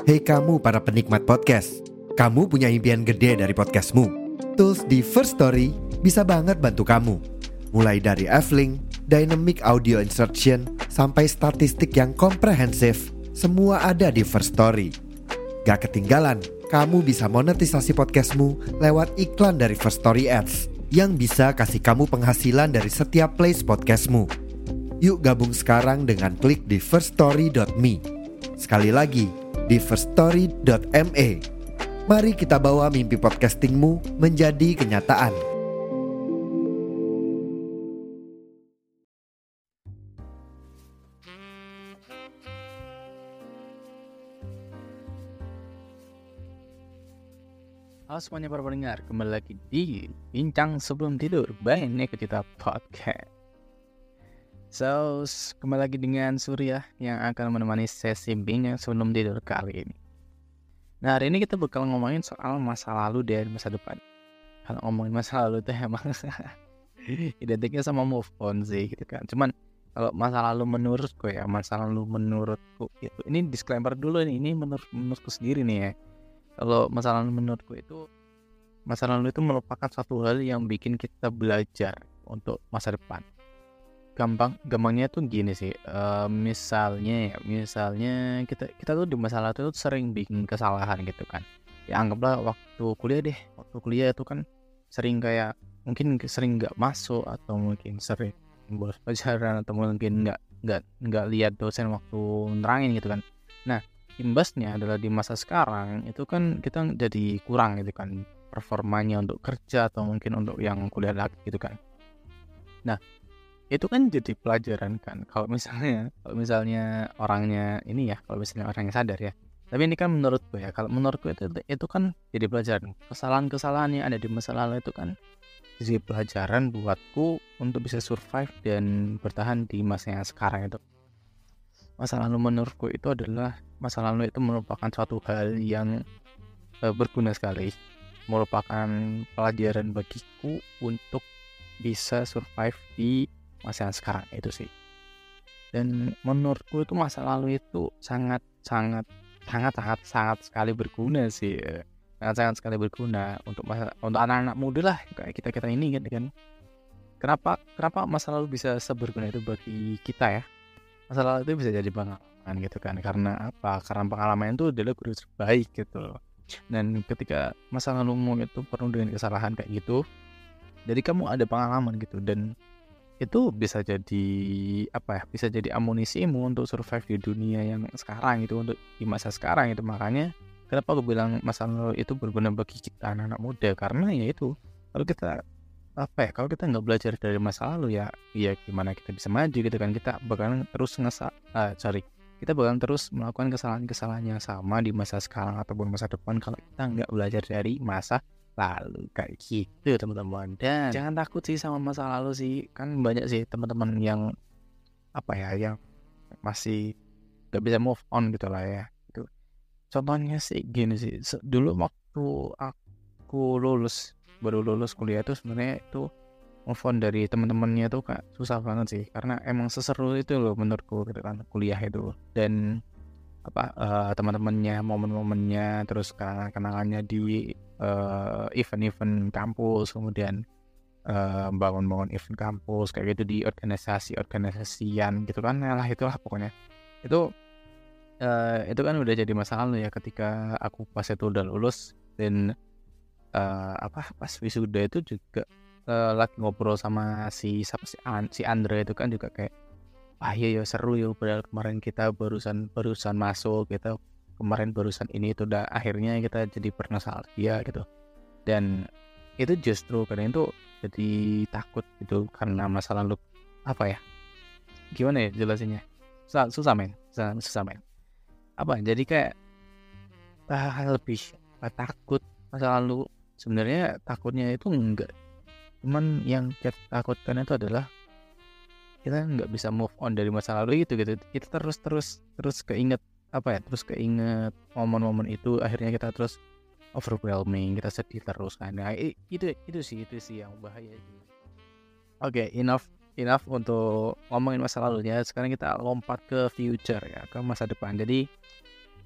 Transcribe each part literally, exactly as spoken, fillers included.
Hei kamu para penikmat podcast, kamu punya impian gede dari podcastmu. Tools di First Story bisa banget bantu kamu. Mulai dari F-Link, Dynamic Audio Insertion, sampai statistik yang komprehensif, semua ada di First Story. Gak ketinggalan, kamu bisa monetisasi podcastmu lewat iklan dari First Story Ads yang bisa kasih kamu penghasilan dari setiap plays podcastmu. Yuk gabung sekarang dengan klik di first story dot me. Sekali lagi, di first story dot me. Mari kita bawa mimpi podcastingmu menjadi kenyataan. Halo semuanya para pendengar, kembali lagi di Bincang Sebelum Tidur by Nekacita Podcast. So, kembali lagi dengan Surya yang akan menemani sesi Bincang Sebelum Tidur kali ini. Nah, hari ini kita bakal ngomongin soal masa lalu dan masa depan. Kalau ngomongin masa lalu itu emang identiknya sama move on sih gitu kan. Cuman kalau masa lalu menurutku ya, masa lalu menurutku itu, ini disclaimer dulu nih, ini menurut menurutku sendiri nih ya. Kalau masa lalu menurutku itu, masa lalu itu merupakan suatu hal yang bikin kita belajar untuk masa depan. Gampang, gampangnya tuh gini sih. Uh, misalnya, ya, misalnya kita kita tuh di masa lalu tuh sering bikin kesalahan gitu kan. Ya anggaplah waktu kuliah deh, waktu kuliah itu kan sering kayak mungkin sering nggak masuk atau mungkin sering bolos pelajaran atau mungkin nggak nggak nggak lihat dosen waktu nerangin gitu kan. Nah, imbasnya adalah di masa sekarang itu kan kita jadi kurang gitu kan performanya untuk kerja atau mungkin untuk yang kuliah lagi gitu kan. Nah, itu kan jadi pelajaran kan kalau misalnya kalau misalnya orangnya ini ya, kalau misalnya orangnya sadar ya. Tapi ini kan menurutku ya, kalau menurutku itu itu kan jadi pelajaran. Kesalahan-kesalahan yang ada di masa lalu itu kan jadi pelajaran buatku untuk bisa survive dan bertahan di masa yang sekarang itu. Masa lalu menurutku itu adalah masa lalu itu merupakan suatu hal yang e, berguna sekali, merupakan pelajaran bagiku untuk bisa survive di masa yang sekarang itu sih. Dan menurutku itu masa lalu itu sangat sangat sangat sangat sangat sekali berguna sih, sangat sangat sekali berguna untuk masa untuk anak-anak muda lah kayak kita kita ini kan. Kenapa kenapa masa lalu bisa seberguna itu bagi kita ya? Masa lalu itu bisa jadi pengalaman gitu kan. Karena apa? Karena pengalaman itu adalah guru terbaik gitu loh. Dan ketika masa lalumu itu penuh dengan kesalahan kayak gitu, jadi kamu ada pengalaman gitu, dan itu bisa jadi apa ya? Bisa jadi amunisimu untuk survive di dunia yang sekarang itu, untuk di masa sekarang itu. Makanya kenapa aku bilang masa lalu itu berguna bagi kita anak-anak muda, karena ya itu, kalau kita apa ya, kalau kita nggak belajar dari masa lalu ya, ya gimana kita bisa maju gitu kan. Kita bakalan terus ngesa, uh, sorry, kita bakalan terus melakukan kesalahan-kesalahan yang sama di masa sekarang ataupun masa depan kalau kita nggak belajar dari masa lalu kayak gitu teman-teman. Dan jangan takut sih sama masa lalu sih, kan banyak sih teman-teman yang apa ya, yang masih nggak bisa move on gitu lah ya. Itu contohnya sih gini sih, dulu waktu aku lulus baru lulus kuliah itu sebenarnya itu move on dari teman-temannya tuh kak susah banget sih, karena emang seseru itu loh menurutku gitu kan kuliah itu. Dan apa uh, teman-temannya, momen-momennya, terus kenangannya di uh, event-event kampus, kemudian uh, bangun-bangun event kampus kayak gitu di organisasi-organisasian gitu kan. Nah lah itulah pokoknya itu uh, itu kan udah jadi masa lalu ya ketika aku pas itu udah lulus. Dan Uh, apa pas wisuda itu juga uh, lagi ngobrol sama si siapa si, An, si Andre itu kan juga kayak wah iya ya seru ya, padahal kemarin kita barusan barusan masuk gitu, kemarin barusan ini itu udah akhirnya kita jadi bernostalgia gitu. Dan itu justru karena itu jadi takut gitu karena masa lalu apa ya, gimana ya jelasinnya, susah, susah men susah, susah men apa jadi kayak ah, lebih ah, takut masa lalu. Sebenarnya takutnya itu enggak, cuman yang kita takutkan itu adalah kita nggak bisa move on dari masa lalu itu gitu. Kita terus terus terus keinget apa ya, terus keinget momen-momen itu, akhirnya kita terus overwhelming, kita sedih terus kan. Nah, itu itu sih itu sih yang bahaya. Oke, okay, enough enough untuk ngomongin masa lalunya. Sekarang kita lompat ke future ya, ke masa depan. Jadi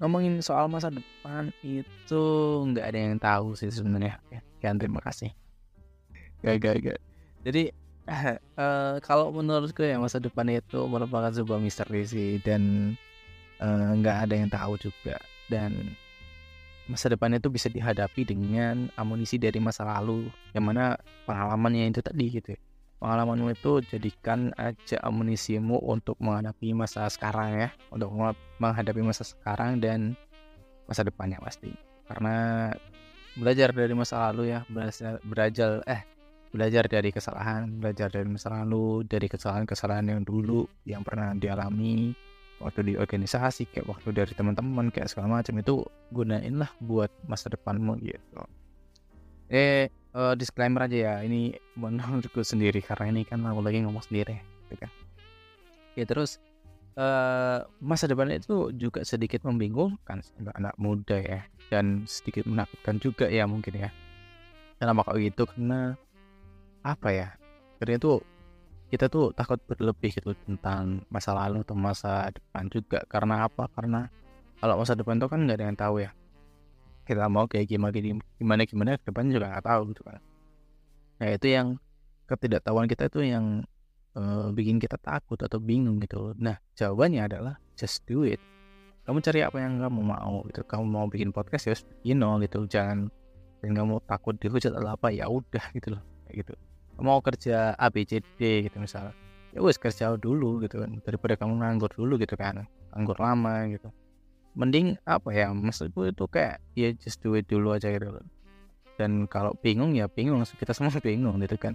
ngomongin soal masa depan itu nggak ada yang tahu sih sebenarnya. Ya, sekian, terima kasih. Gak, gak, gak. Jadi uh, kalau menurutku ya masa depan itu merupakan sebuah misteri sih, dan nggak uh, ada yang tahu juga. Dan masa depan itu bisa dihadapi dengan amunisi dari masa lalu, yang mana pengalamannya itu tadi gitu ya. Pengalamanmu itu jadikan aja amunisimu untuk menghadapi masa sekarang ya, untuk menghadapi masa sekarang dan masa depannya pasti. Karena belajar dari masa lalu ya, belajar belajar eh belajar dari kesalahan, belajar dari masa lalu, dari kesalahan-kesalahan yang dulu yang pernah dialami waktu di organisasi, kayak waktu dari teman-teman, kayak segala macam, itu gunain lah buat masa depanmu gitu. Eh Uh, disclaimer aja ya, ini menurutku sendiri karena ini kan aku lagi ngomong sendiri gitu kan. Ya terus uh, masa depan itu juga sedikit membingungkan untuk anak muda ya, dan sedikit menakutkan juga ya mungkin ya. Kenapa kok gitu? Karena apa ya? Karena itu kita tuh takut berlebih gitu tentang masa lalu atau masa depan juga. Karena apa? Karena kalau masa depan tuh kan nggak ada yang tahu ya. Kita mau kayak gimana gimana gimana ke depan juga nggak tahu gitu kan. Nah itu yang ketidaktahuan kita itu yang uh, bikin kita takut atau bingung gitu. Nah jawabannya adalah just do it. Kamu cari apa yang kamu mau gitu. Kamu mau bikin podcast ya, you know gitu. Jangan jangan kamu takut dihujat atau apa, ya udah gitu loh kayak gitu. Kamu mau kerja A B C D gitu misalnya, ya wes kerja dulu gitu kan, daripada kamu nganggur dulu gitu kan, nganggur lama gitu. Mending apa ya, maksudku itu kayak ya just do it dulu aja gitu. Dan kalau bingung ya bingung, kita semua bingung gitu kan.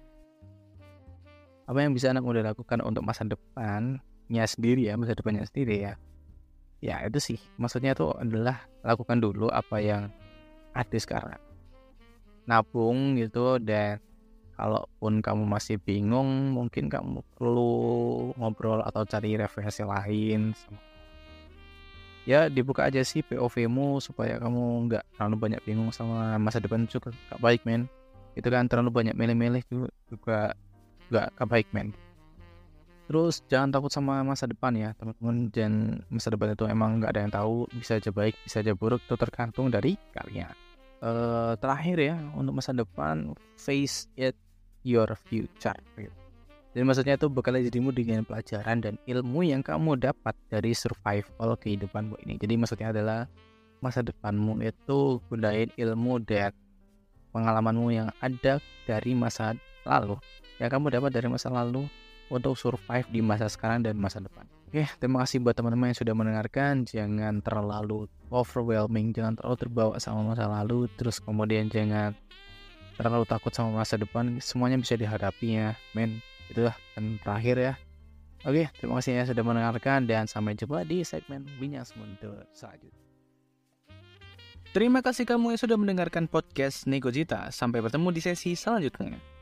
Apa yang bisa anak muda lakukan untuk masa depannya sendiri ya, masa depannya sendiri ya, ya itu sih maksudnya itu adalah lakukan dulu apa yang ada sekarang, nabung gitu. Dan kalaupun kamu masih bingung, mungkin kamu perlu ngobrol atau cari referensi lain sama, ya dibuka aja sih P O V-mu supaya kamu nggak terlalu banyak bingung sama masa depan, juga gak baik men. Itu kan terlalu banyak milih-milih juga gak, gak baik men. Terus jangan takut sama masa depan ya teman-teman. Dan masa depan itu emang nggak ada yang tahu, bisa aja baik bisa aja buruk, itu tergantung dari kalian. Uh, terakhir ya, untuk masa depan, face it your future gitu. Dan maksudnya itu bakal jadimu dengan pelajaran dan ilmu yang kamu dapat dari survival kehidupanmu ini. Jadi maksudnya adalah masa depanmu itu gunain ilmu dan pengalamanmu yang ada dari masa lalu, yang kamu dapat dari masa lalu untuk survive di masa sekarang dan masa depan. Oke, terima kasih buat teman-teman yang sudah mendengarkan. Jangan terlalu overwhelming, jangan terlalu terbawa sama masa lalu, terus kemudian jangan terlalu takut sama masa depan. Semuanya bisa dihadapi ya, men. Itulah yang terakhir ya. Oke, terima kasih ya sudah mendengarkan, dan sampai jumpa di segmen Bincang Sebentar selanjutnya. Terima kasih kamu yang sudah mendengarkan podcast Negojita. Sampai bertemu di sesi selanjutnya.